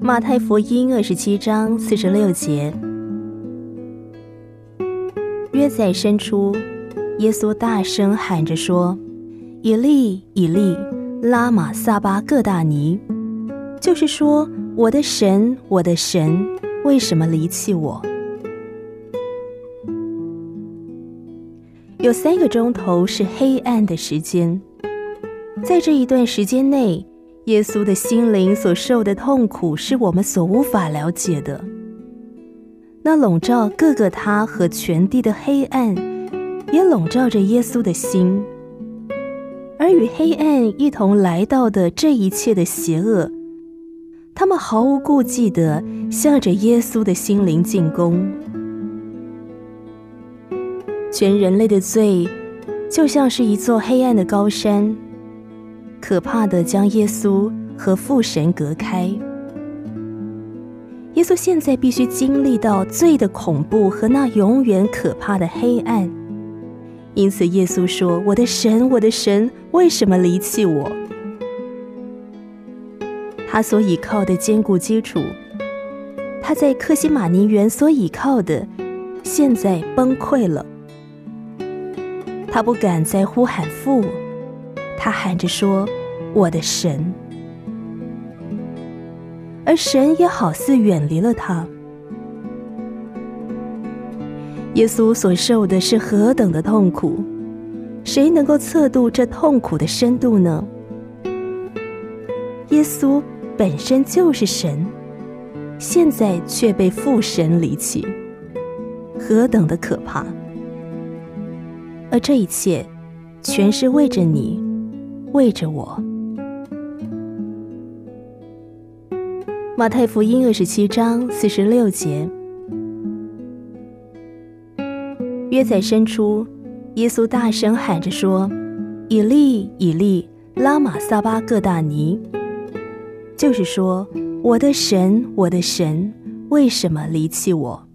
马太福音27章46节，约在申初，耶稣大声喊着说：以利以利，拉玛撒巴各大尼，就是说，我的神，我的神，为什么离弃我？有3个钟头是黑暗的时间，在这一段时间内，耶稣的心灵所受的痛苦是我们所无法了解的。那笼罩各个他和全地的黑暗，也笼罩着耶稣的心。而与黑暗一同来到的这一切的邪恶，他们毫无顾忌地向着耶稣的心灵进攻。全人类的罪就像是一座黑暗的高山，可怕地将耶稣和父神隔开。耶稣现在必须经历到罪的恐怖和那永远可怕的黑暗，因此耶稣说：我的神，我的神，为什么离弃我？他所倚靠的坚固基础，他在客西马尼园所倚靠的，现在崩溃了。他不敢再呼喊父，他喊着说：我的神。而神也好似远离了他。耶稣所受的是何等的痛苦，谁能够测度这痛苦的深度呢？耶稣本身就是神，现在却被父神离弃，何等的可怕！而这一切全是为着你，为着我。马太福音27章46节，约在申初，耶稣大声喊着说：以利以利，拉玛撒巴各大尼，就是说，我的神，我的神，为什么离弃我？